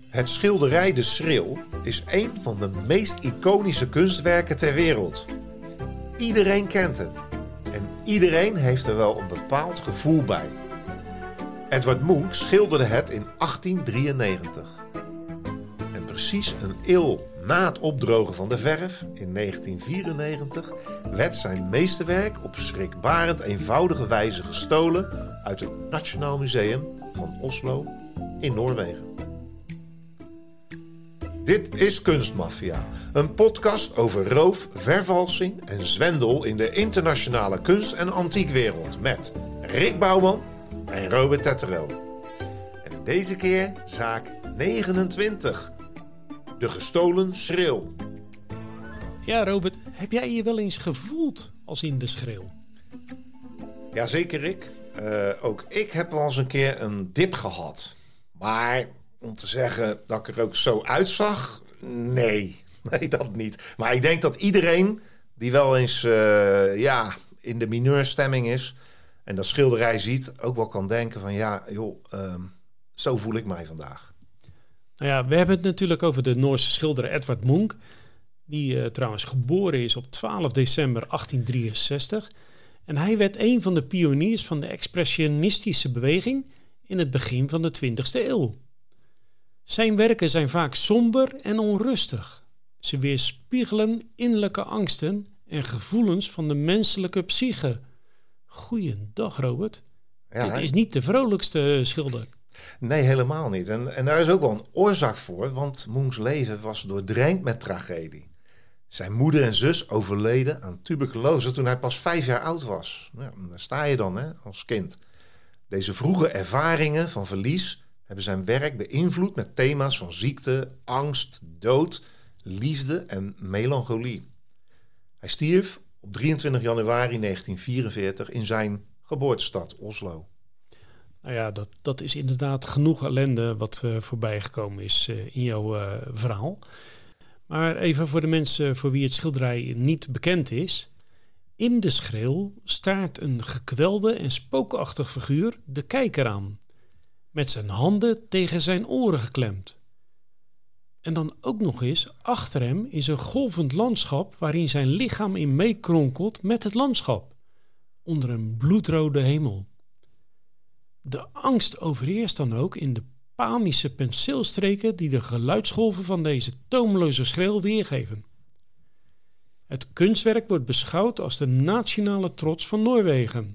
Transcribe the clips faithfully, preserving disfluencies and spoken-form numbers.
Het schilderij De Schreeuw is een van de meest iconische kunstwerken ter wereld. Iedereen kent het en iedereen heeft er wel een bepaald gevoel bij. Edward Munch schilderde het in achttien drieënnegentig. En precies een eeuw na het opdrogen van de verf, in negentien vierennegentig, werd zijn meesterwerk op schrikbarend eenvoudige wijze gestolen uit het Nationaal Museum van Oslo in Noorwegen. Dit is Kunstmafia, een podcast over roof, vervalsing en zwendel in de internationale kunst- en antiekwereld met Rick Bouwman en Robert Tetterel. En deze keer zaak negenentwintig, de gestolen schreeuw. Ja, Robert, heb jij je wel eens gevoeld als in De Schreeuw? Jazeker, Rick. Uh, ook ik heb wel eens een keer een dip gehad. Maar om te zeggen dat ik er ook zo uitzag, nee. Nee, dat niet. Maar ik denk dat iedereen die wel eens uh, ja, in de mineurstemming is en dat schilderij ziet, ook wel kan denken van ja, joh, uh, zo voel ik mij vandaag. Nou ja, we hebben het natuurlijk over de Noorse schilder Edvard Munch, die uh, trouwens geboren is op twaalf december achttien drieënzestig. En hij werd een van de pioniers van de expressionistische beweging in het begin van de twintigste eeuw. Zijn werken zijn vaak somber en onrustig. Ze weerspiegelen innerlijke angsten en gevoelens van de menselijke psyche. Goeiedag, Robert. Ja, Dit is niet de vrolijkste schilder. Nee, helemaal niet. En, en daar is ook wel een oorzaak voor, want Munchs leven was doordrenkt met tragedie. Zijn moeder en zus overleden aan tuberculose toen hij pas vijf jaar oud was. Ja, daar sta je dan, hè, als kind. Deze vroege ervaringen van verlies hebben zijn werk beïnvloed met thema's van ziekte, angst, dood, liefde en melancholie. Hij stierf op drieëntwintig januari negentien vierenveertig in zijn geboortestad Oslo. Nou ja, dat, dat is inderdaad genoeg ellende wat uh, voorbij gekomen is uh, in jouw uh, verhaal. Maar even voor de mensen voor wie het schilderij niet bekend is. In De Schreeuw staart een gekwelde en spookachtig figuur de kijker aan, met zijn handen tegen zijn oren geklemd. En dan ook nog eens, achter hem is een golvend landschap waarin zijn lichaam in meekronkelt met het landschap, onder een bloedrode hemel. De angst overheerst dan ook in de panische penseelstreken die de geluidsgolven van deze tomeloze schreeuw weergeven. Het kunstwerk wordt beschouwd als de nationale trots van Noorwegen.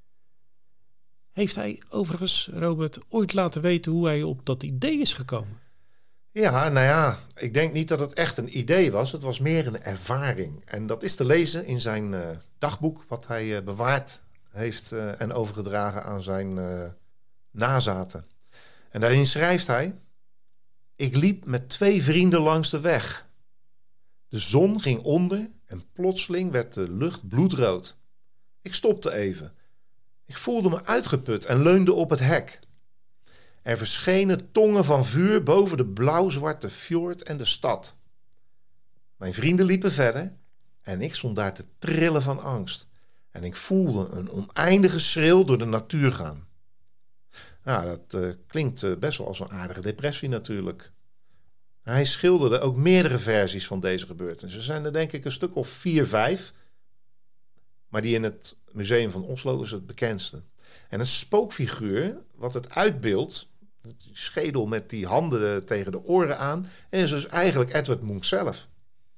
Heeft hij overigens, Robert, ooit laten weten hoe hij op dat idee is gekomen? Ja, nou ja, ik denk niet dat het echt een idee was. Het was meer een ervaring. En dat is te lezen in zijn uh, dagboek, wat hij uh, bewaard heeft uh, en overgedragen aan zijn uh, nazaten. En daarin schrijft hij: ik liep met twee vrienden langs de weg. De zon ging onder en plotseling werd de lucht bloedrood. Ik stopte even. Ik voelde me uitgeput en leunde op het hek. Er verschenen tongen van vuur boven de blauw-zwarte fjord en de stad. Mijn vrienden liepen verder en ik stond daar te trillen van angst. En ik voelde een oneindige schreeuw door de natuur gaan. Nou, dat uh, klinkt uh, best wel als een aardige depressie natuurlijk. Hij schilderde ook meerdere versies van deze gebeurtenis. Er zijn er denk ik een stuk of vier, vijf. Maar die in het Museum van Oslo is het bekendste. En een spookfiguur, wat het uitbeeldt, die schedel met die handen tegen de oren aan, is dus eigenlijk Edvard Munch zelf.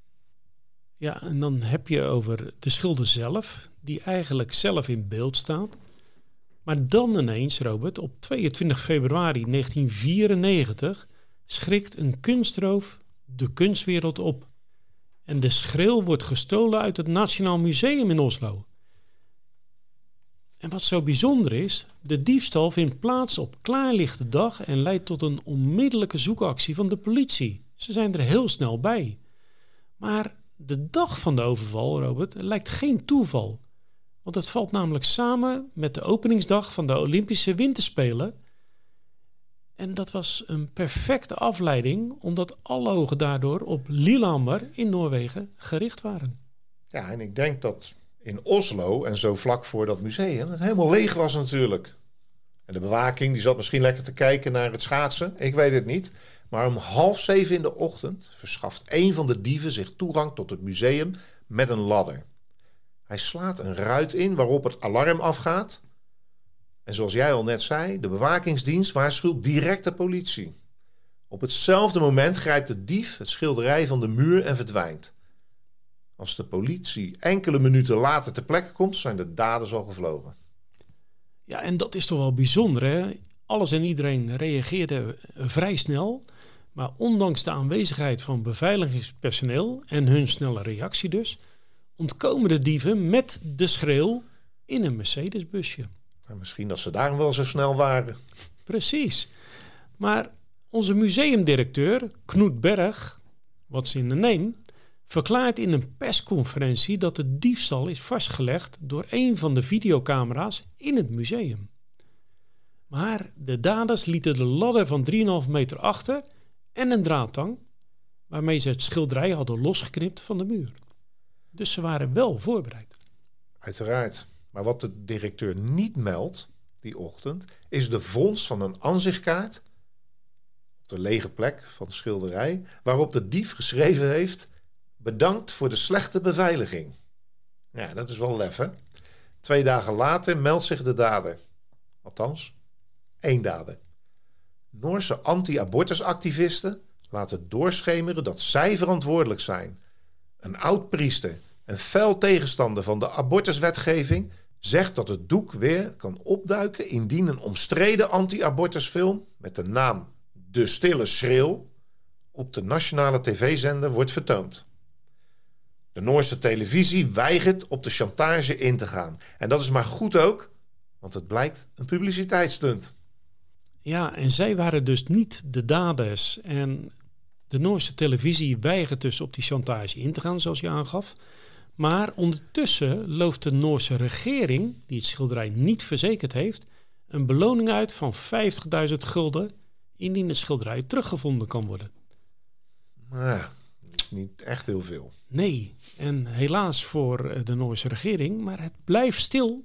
Ja, en dan heb je over de schilder zelf, die eigenlijk zelf in beeld staat. Maar dan ineens, Robert, op tweeëntwintig februari negentien vierennegentig schrikt een kunstroof de kunstwereld op. En de schreeuw wordt gestolen uit het Nationaal Museum in Oslo. En wat zo bijzonder is, de diefstal vindt plaats op klaarlichte dag en leidt tot een onmiddellijke zoekactie van de politie. Ze zijn er heel snel bij. Maar de dag van de overval, Robert, lijkt geen toeval. Want het valt namelijk samen met de openingsdag van de Olympische Winterspelen. En dat was een perfecte afleiding, omdat alle ogen daardoor op Lillehammer in Noorwegen gericht waren. Ja, en ik denk dat in Oslo en zo vlak voor dat museum het helemaal leeg was natuurlijk. En de bewaking die zat misschien lekker te kijken naar het schaatsen. Ik weet het niet. Maar om half zeven in de ochtend verschaft een van de dieven zich toegang tot het museum met een ladder. Hij slaat een ruit in waarop het alarm afgaat. En zoals jij al net zei, de bewakingsdienst waarschuwt direct de politie. Op hetzelfde moment grijpt de dief het schilderij van de muur en verdwijnt. Als de politie enkele minuten later ter plekke komt, zijn de daders al gevlogen. Ja, en dat is toch wel bijzonder, hè? Alles en iedereen reageerde vrij snel. Maar ondanks de aanwezigheid van beveiligingspersoneel en hun snelle reactie dus, ontkomen de dieven met de schreeuw in een Mercedesbusje. Nou, misschien dat ze daarom wel zo snel waren. Precies. Maar onze museumdirecteur, Knut Berg, what's in the name, verklaart in een persconferentie dat de diefstal is vastgelegd door een van de videocamera's in het museum. Maar de daders lieten de ladder van drie komma vijf meter achter en een draadtang, waarmee ze het schilderij hadden losgeknipt van de muur. Dus ze waren wel voorbereid. Uiteraard. Maar wat de directeur niet meldt die ochtend, is de vondst van een aanzichtkaart op de lege plek van de schilderij, waarop de dief geschreven heeft: bedankt voor de slechte beveiliging. Ja, dat is wel lef, hè? Twee dagen later meldt zich de dader. Althans, één dader. Noorse anti-abortusactivisten laten doorschemeren dat zij verantwoordelijk zijn. Een oud-priester, een fel tegenstander van de abortuswetgeving, zegt dat het doek weer kan opduiken indien een omstreden anti-abortusfilm met de naam De Stille Schreeuw op de nationale tv-zender wordt vertoond. De Noorse televisie weigert op de chantage in te gaan. En dat is maar goed ook, want het blijkt een publiciteitsstunt. Ja, en zij waren dus niet de daders. En de Noorse televisie weigert dus op die chantage in te gaan, zoals je aangaf. Maar ondertussen looft de Noorse regering, die het schilderij niet verzekerd heeft, een beloning uit van vijftigduizend gulden indien het schilderij teruggevonden kan worden. Maar ja, niet echt heel veel. Nee, en helaas voor de Noorse regering, maar het blijft stil.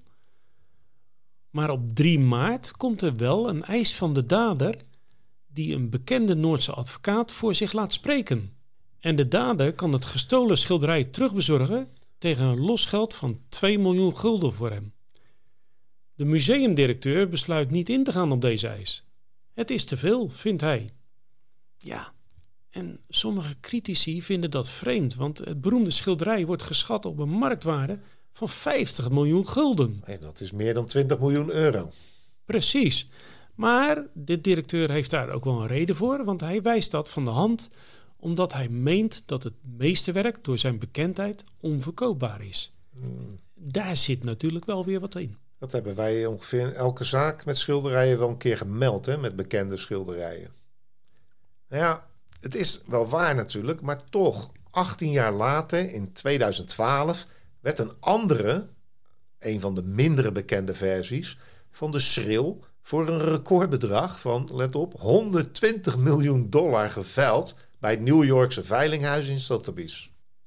Maar op drie maart komt er wel een eis van de dader die een bekende Noorse advocaat voor zich laat spreken. En de dader kan het gestolen schilderij terugbezorgen tegen een losgeld van twee miljoen gulden voor hem. De museumdirecteur besluit niet in te gaan op deze eis. Het is te veel, vindt hij. Ja, en sommige critici vinden dat vreemd, want het beroemde schilderij wordt geschat op een marktwaarde van vijftig miljoen gulden. Ja, dat is meer dan twintig miljoen euro. Precies. Maar de directeur heeft daar ook wel een reden voor, want hij wijst dat van de hand omdat hij meent dat het meesterwerk door zijn bekendheid onverkoopbaar is. Hmm. Daar zit natuurlijk wel weer wat in. Dat hebben wij ongeveer in elke zaak met schilderijen wel een keer gemeld, hè, met bekende schilderijen. Nou ja, het is wel waar natuurlijk, maar toch, achttien jaar later, in tweeduizend twaalf, werd een andere, een van de mindere bekende versies, van de Schreeuw voor een recordbedrag van, let op, honderdtwintig miljoen dollar geveild bij het New Yorkse veilinghuis in Sotheby's.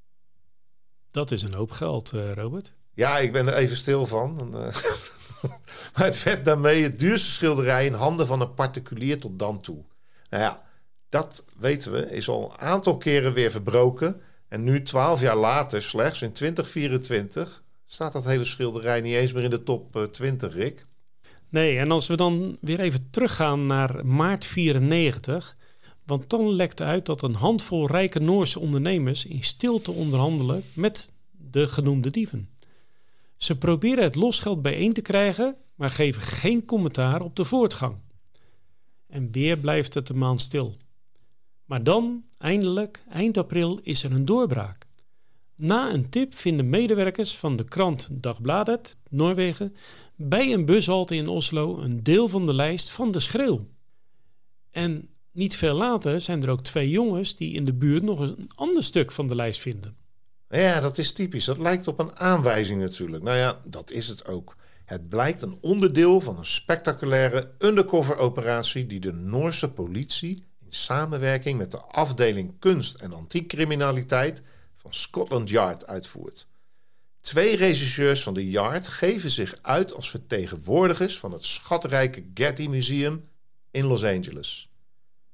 Dat is een hoop geld, uh, Robert. Ja, ik ben er even stil van. Maar het werd daarmee het duurste schilderij in handen van een particulier tot dan toe. Nou ja, dat weten we, is al een aantal keren weer verbroken. En nu, twaalf jaar later, slechts in twintig vierentwintig, staat dat hele schilderij niet eens meer in de top twintig, Rick. Nee, en als we dan weer even teruggaan naar maart vierennegentig, want dan lekt uit dat een handvol rijke Noorse ondernemers in stilte onderhandelen met de genoemde dieven. Ze proberen het losgeld bijeen te krijgen, maar geven geen commentaar op de voortgang. En weer blijft het een maand stil. Maar dan, eindelijk, eind april, is er een doorbraak. Na een tip vinden medewerkers van de krant Dagbladet, Noorwegen, bij een bushalte in Oslo een deel van de lijst van de Schreeuw. En niet veel later zijn er ook twee jongens die in de buurt nog een ander stuk van de lijst vinden. Ja, dat is typisch. Dat lijkt op een aanwijzing natuurlijk. Nou ja, dat is het ook. Het blijkt een onderdeel van een spectaculaire undercover-operatie die de Noorse politie in samenwerking met de afdeling kunst- en antiekcriminaliteit van Scotland Yard uitvoert. Twee regisseurs van de Yard geven zich uit als vertegenwoordigers van het schatrijke Getty Museum in Los Angeles.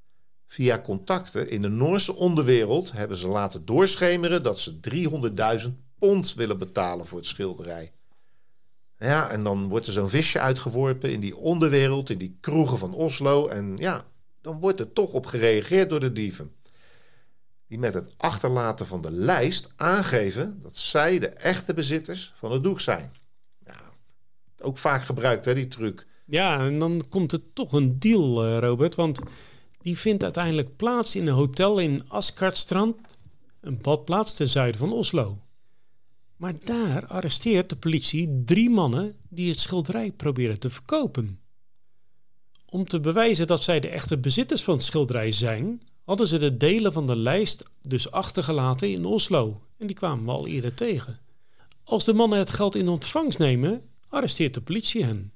Via contacten in de Noorse onderwereld hebben ze laten doorschemeren dat ze driehonderdduizend pond willen betalen voor het schilderij. Ja, en dan wordt er zo'n visje uitgeworpen in die onderwereld, in die kroegen van Oslo. En ja, dan wordt er toch op gereageerd door de dieven. Die met het achterlaten van de lijst aangeven dat zij de echte bezitters van het doek zijn. Ja, ook vaak gebruikt, hè, die truc. Ja, en dan komt er toch een deal, uh, Robert. Want die vindt uiteindelijk plaats in een hotel in Asgardstrand, een badplaats ten zuiden van Oslo. Maar daar arresteert de politie drie mannen die het schilderij proberen te verkopen. Om te bewijzen dat zij de echte bezitters van het schilderij zijn, hadden ze de delen van de lijst dus achtergelaten in Oslo. En die kwamen we al eerder tegen. Als de mannen het geld in ontvangst nemen, arresteert de politie hen.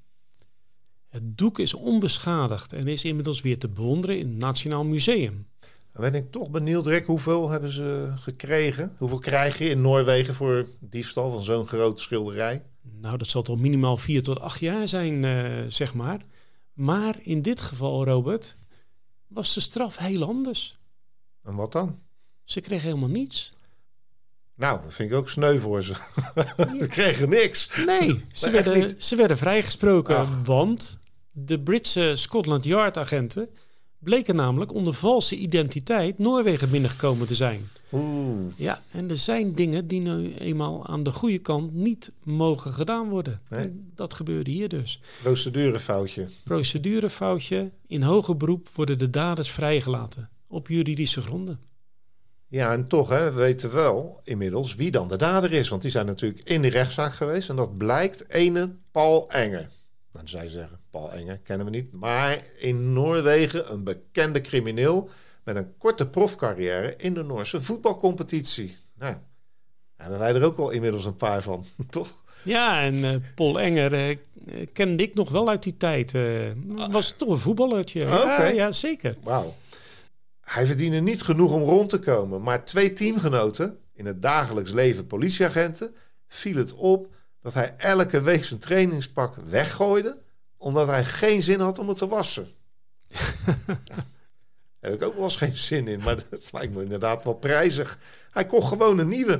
Het doek is onbeschadigd en is inmiddels weer te bewonderen in het Nationaal Museum. Dan ben ik toch benieuwd, Rick, hoeveel hebben ze gekregen? Hoeveel krijg je in Noorwegen voor diefstal van zo'n groot schilderij? Nou, dat zal toch minimaal vier tot acht jaar zijn, uh, zeg maar. Maar in dit geval, Robert, was de straf heel anders. En wat dan? Ze kregen helemaal niets. Nou, dat vind ik ook sneu voor ze. Ze kregen niks. Nee, ze, nee, werden, ze werden vrijgesproken, Ach. want de Britse Scotland Yard agenten bleken namelijk onder valse identiteit Noorwegen binnengekomen te zijn. Oeh. Ja, en er zijn dingen die nu eenmaal aan de goede kant niet mogen gedaan worden. Nee. En dat gebeurde hier dus. Procedurefoutje. Procedurefoutje. In hoger beroep worden de daders vrijgelaten. Op juridische gronden. Ja, en toch, hè, we weten wel inmiddels wie dan de dader is. Want die zijn natuurlijk in de rechtszaak geweest. En dat blijkt ene Paul Enger. Dan zou je zeggen, Paul Enger kennen we niet. Maar in Noorwegen een bekende crimineel met een korte profcarrière in de Noorse voetbalcompetitie. Nou, hebben wij er ook wel inmiddels een paar van, toch? Ja, en uh, Paul Enger uh, kende ik nog wel uit die tijd. Uh, was toch een voetballertje. Oh, ja, okay. ja, zeker. Wauw. Hij verdiende niet genoeg om rond te komen. Maar twee teamgenoten, in het dagelijks leven politieagenten, viel het op dat hij elke week zijn trainingspak weggooide, omdat hij geen zin had om het te wassen. Ja, daar heb ik ook wel eens geen zin in, maar dat lijkt me inderdaad wel prijzig. Hij kocht gewoon een nieuwe.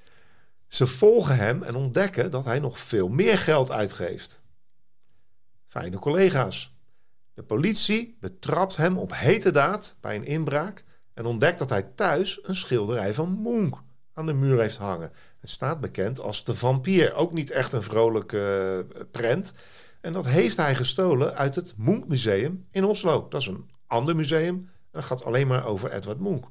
Ze volgen hem en ontdekken dat hij nog veel meer geld uitgeeft. Fijne collega's. De politie betrapt hem op hete daad bij een inbraak en ontdekt dat hij thuis een schilderij van Munch aan de muur heeft hangen. Het staat bekend als de vampier. Ook niet echt een vrolijke uh, prent. En dat heeft hij gestolen uit het Munch Museum in Oslo. Dat is een ander museum. En dat gaat alleen maar over Edvard Munch.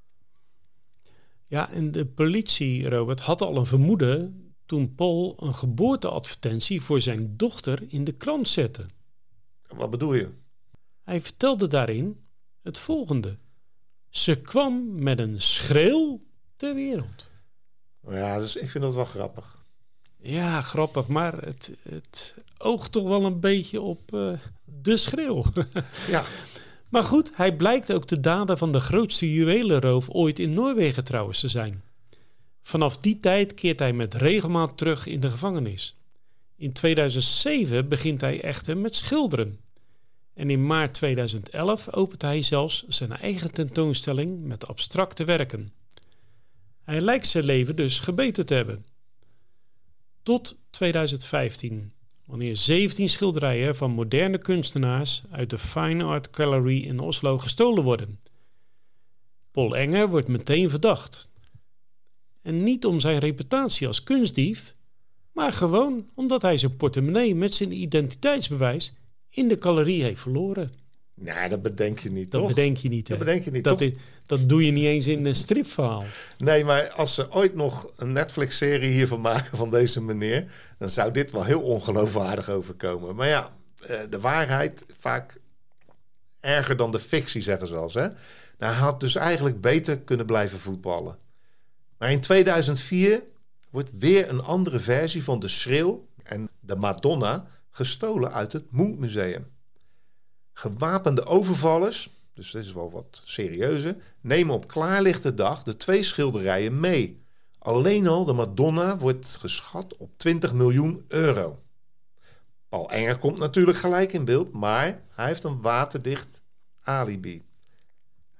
Ja, en de politie, Robert, had al een vermoeden toen Paul een geboorteadvertentie voor zijn dochter in de krant zette. Wat bedoel je? Hij vertelde daarin het volgende. Ze kwam met een schreeuw ter wereld. Ja, dus ik vind dat wel grappig. Ja, grappig, maar het, het oogt toch wel een beetje op uh, de schreeuw. Ja. Maar goed, hij blijkt ook de dader van de grootste juwelenroof ooit in Noorwegen trouwens te zijn. Vanaf die tijd keert hij met regelmaat terug in de gevangenis. In tweeduizend zeven begint hij echter met schilderen. En in maart tweeduizend elf opent hij zelfs zijn eigen tentoonstelling met abstracte werken. Hij lijkt zijn leven dus gebeten te hebben. Tot tweeduizend vijftien, wanneer zeventien schilderijen van moderne kunstenaars uit de Fine Art Gallery in Oslo gestolen worden. Paul Enger wordt meteen verdacht. En niet om zijn reputatie als kunstdief, maar gewoon omdat hij zijn portemonnee met zijn identiteitsbewijs in de galerie heeft verloren. Nou, dat bedenk je niet, dat toch? bedenk je niet, hè? Dat bedenk je niet, dat, toch? is, dat doe je niet eens in een stripverhaal. Nee, maar als ze ooit nog een Netflix-serie hiervan maken van deze meneer, dan zou dit wel heel ongeloofwaardig overkomen. Maar ja, de waarheid vaak erger dan de fictie, zeggen ze wel eens, hè? Nou, hij had dus eigenlijk beter kunnen blijven voetballen. Maar in tweeduizend vier wordt weer een andere versie van de Schreeuw en de Madonna gestolen uit het Munch Museum. Gewapende overvallers, dus dit is wel wat serieuzer, nemen op klaarlichte dag de twee schilderijen mee. Alleen al de Madonna wordt geschat op twintig miljoen euro. Paul Enger komt natuurlijk gelijk in beeld, maar hij heeft een waterdicht alibi.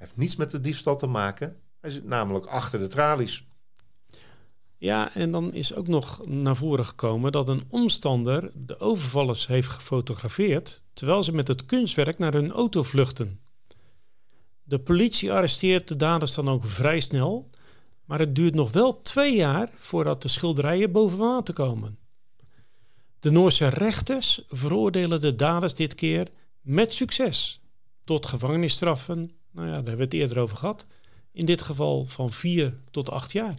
heeft niets met de diefstal te maken. Hij zit namelijk achter de tralies. Ja, en dan is ook nog naar voren gekomen dat een omstander de overvallers heeft gefotografeerd terwijl ze met het kunstwerk naar hun auto vluchten. De politie arresteert de daders dan ook vrij snel, maar het duurt nog wel twee jaar voordat de schilderijen boven water komen. De Noorse rechters veroordelen de daders dit keer met succes tot gevangenisstraffen, nou ja, daar hebben we het eerder over gehad, in dit geval van vier tot acht jaar.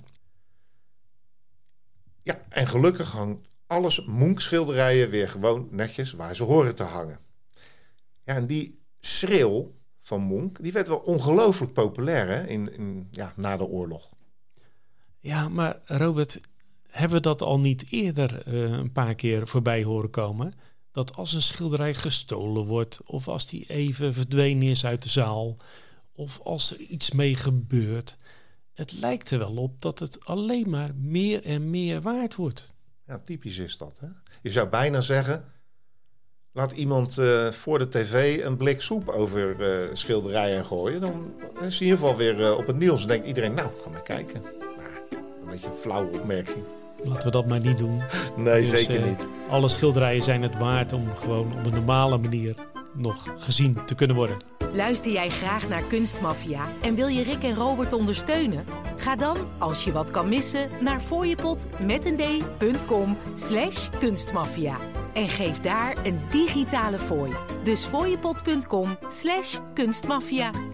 Ja, en gelukkig hangt alles Munch-schilderijen weer gewoon netjes waar ze horen te hangen. Ja, en die schreeuw van Munch, die werd wel ongelooflijk populair hè, in, in, ja, na de oorlog. Ja, maar Robert, hebben we dat al niet eerder uh, een paar keer voorbij horen komen? Dat als een schilderij gestolen wordt, of als die even verdwenen is uit de zaal, of als er iets mee gebeurt, het lijkt er wel op dat het alleen maar meer en meer waard wordt. Ja, typisch is dat. Hè? Je zou bijna zeggen, laat iemand uh, voor de tv een blik soep over uh, schilderijen gooien. Dan is in ieder geval weer uh, op het nieuws. Dan denkt iedereen, nou, ga maar kijken. Maar een beetje een flauwe opmerking. Laten we dat maar niet doen. Nee, dus, zeker uh, niet. Alle schilderijen zijn het waard om gewoon op een normale manier nog gezien te kunnen worden. Luister jij graag naar Kunstmafia en wil je Rick en Robert ondersteunen? Ga dan, als je wat kan missen, naar fooiepot met een d punt com slash kunstmafia. En geef daar een digitale fooi. Dus fooiepot punt com slash kunstmafia.